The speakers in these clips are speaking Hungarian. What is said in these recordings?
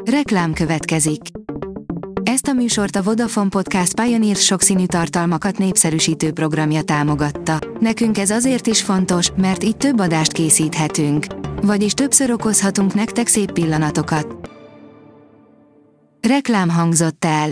Reklám következik. Ezt a műsort a Vodafone Podcast Pioneer sokszínű tartalmakat népszerűsítő programja támogatta. Nekünk ez azért is fontos, mert így több adást készíthetünk. Vagyis többször okozhatunk nektek szép pillanatokat. Reklám hangzott el.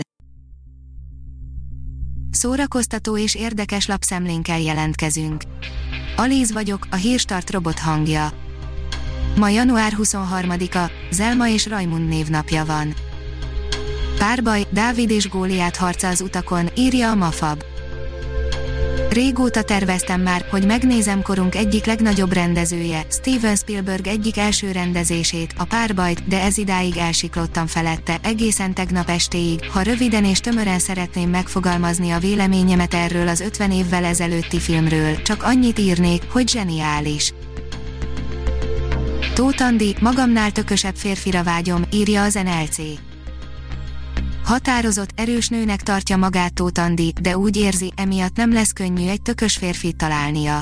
Szórakoztató és érdekes lapszemlénkkel jelentkezünk. Alíz vagyok, a Hírstart robot hangja. Ma január 23-a, Zelma és Rajmund névnapja van. Párbaj, Dávid és Góliát harca az utakon, írja a Mafab. Régóta terveztem már, hogy megnézem korunk egyik legnagyobb rendezője, Steven Spielberg egyik első rendezését, a Párbajt, de ez idáig elsiklottam felette, egészen tegnap estéig, ha röviden és tömören szeretném megfogalmazni a véleményemet erről az 50 évvel ezelőtti filmről, csak annyit írnék, hogy zseniális. Tóth Andi, magamnál tökösebb férfira vágyom, írja az NLC. Határozott, erős nőnek tartja magát Tóth Andi, de úgy érzi, emiatt nem lesz könnyű egy tökös férfit találnia.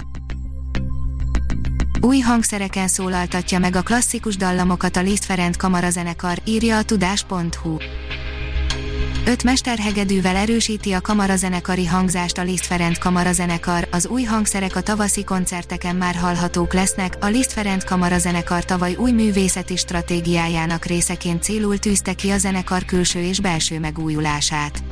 Új hangszereken szólaltatja meg a klasszikus dallamokat a Liszt Ferenc kamarazenekar, írja a tudás.hu. 5 mesterhegedűvel erősíti a kamarazenekari hangzást a Liszt Ferenc kamarazenekar, az új hangszerek a tavaszi koncerteken már hallhatók lesznek, a Liszt Ferenc kamarazenekar tavaly új művészeti stratégiájának részeként célul tűzte ki a zenekar külső és belső megújulását.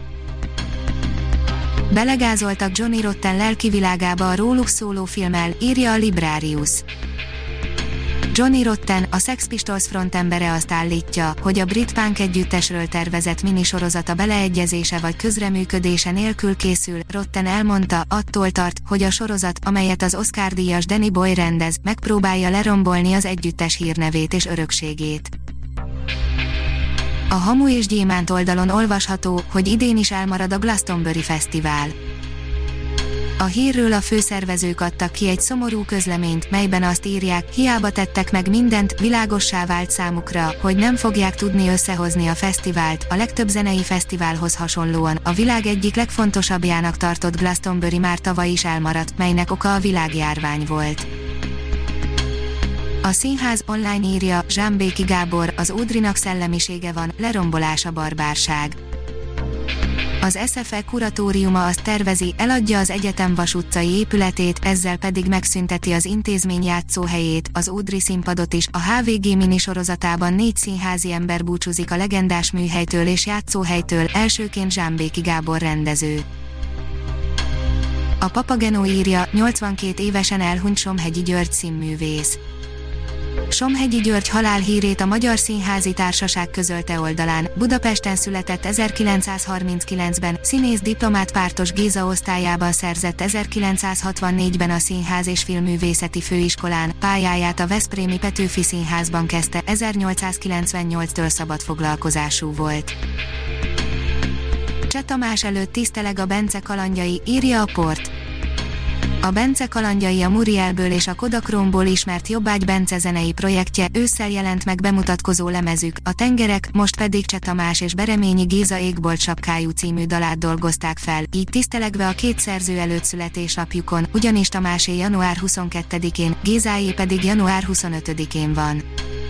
Belegázoltak Johnny Rotten lelkivilágába a róluk szóló filmmel, írja a Librarius. Johnny Rotten, a Sex Pistols frontembere azt állítja, hogy a brit punk együttesről tervezett minisorozata beleegyezése vagy közreműködése nélkül készül. Rotten elmondta, attól tart, hogy a sorozat, amelyet az Oscar-díjas Danny Boyle rendez, megpróbálja lerombolni az együttes hírnevét és örökségét. A Hamu és Gyémánt oldalon olvasható, hogy idén is elmarad a Glastonbury Fesztivál. A hírről a főszervezők adtak ki egy szomorú közleményt, melyben azt írják, hiába tettek meg mindent, világossá vált számukra, hogy nem fogják tudni összehozni a fesztivált, a legtöbb zenei fesztiválhoz hasonlóan, a világ egyik legfontosabbjának tartott Glastonbury már tavaly is elmaradt, melynek oka a világjárvány volt. A Színház online írja, Zsámbéki Gábor, az Ódrinak szellemisége van, lerombolás a barbárság. Az SFE kuratóriuma azt tervezi, eladja az egyetem Vas utcai épületét, ezzel pedig megszünteti az intézmény játszóhelyét, az Ódri színpadot is. A HVG minisorozatában 4 színházi ember búcsúzik a legendás műhelytől és játszóhelytől, elsőként Zsámbéki Gábor rendező. A Papageno írja, 82 évesen elhunyt Somhegyi György színművész. Somhegyi György halálhírét a Magyar Színházi Társaság közölte oldalán. Budapesten született 1939-ben, színész diplomát Pártos Géza osztályában szerzett 1964-ben a Színház és Filmművészeti Főiskolán, pályáját a veszprémi Petőfi Színházban kezdte, 1898-től szabadfoglalkozású volt. Cseh Tamás előtt tiszteleg a Bence kalandjai, írja a Port. A Bence kalandjai a Murielből és a Kodakrómból ismert Jobbágy Bence zenei projektje, ősszel jelent meg bemutatkozó lemezük, a Tengerek, most pedig Cseh Tamás és Bereményi Géza Égbolt sapkájú című dalát dolgozták fel, így tisztelegve a két szerző előtt születésnapjukon, ugyanis Tamásé január 22-én, Gézáé pedig január 25-én van.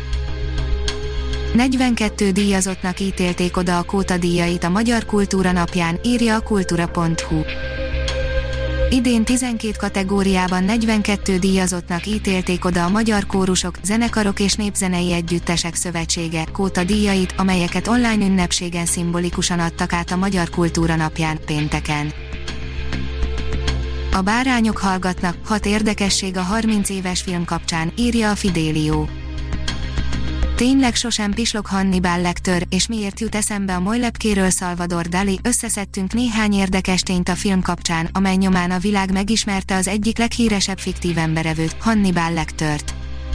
42 díjazottnak ítélték oda a Kóta díjait a Magyar Kultúra napján, írja a kultura.hu. Idén 12 kategóriában 42 díjazottnak ítélték oda a Magyar Kórusok, Zenekarok és Népzenei Együttesek Szövetsége Kóta díjait, amelyeket online ünnepségen szimbolikusan adtak át a Magyar Kultúra napján, pénteken. A bárányok hallgatnak, 6 érdekesség a 30 éves film kapcsán, írja a Fidelio. Tényleg sosem pislog Hannibal Lecter, és miért jut eszembe a molylepkéről Salvador Dali, összeszedtünk néhány érdekes tényt a film kapcsán, amely nyomán a világ megismerte az egyik leghíresebb fiktív emberevőt, Hannibal Lectert.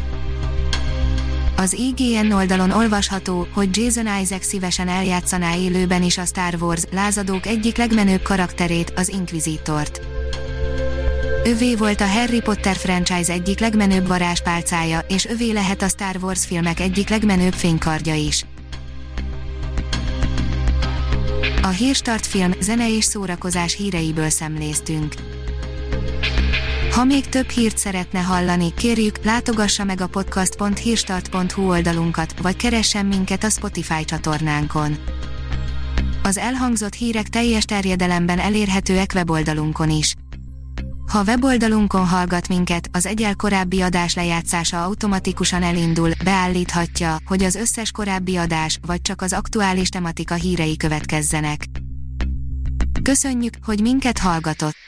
Az IGN oldalon olvasható, hogy Jason Isaac szívesen eljátszaná élőben is a Star Wars lázadók egyik legmenőbb karakterét, az Inquisitort. Övé volt a Harry Potter franchise egyik legmenőbb varázspálcája, és övé lehet a Star Wars filmek egyik legmenőbb fénykardja is. A Hírstart film, zene és szórakozás híreiből szemléztünk. Ha még több hírt szeretne hallani, kérjük, látogassa meg a podcast.hírstart.hu oldalunkat, vagy keressen minket a Spotify csatornánkon. Az elhangzott hírek teljes terjedelemben elérhetőek weboldalunkon is. Ha weboldalunkon hallgat minket, az egyel korábbi adás lejátszása automatikusan elindul, beállíthatja, hogy az összes korábbi adás, vagy csak az aktuális tematika hírei következzenek. Köszönjük, hogy minket hallgatott!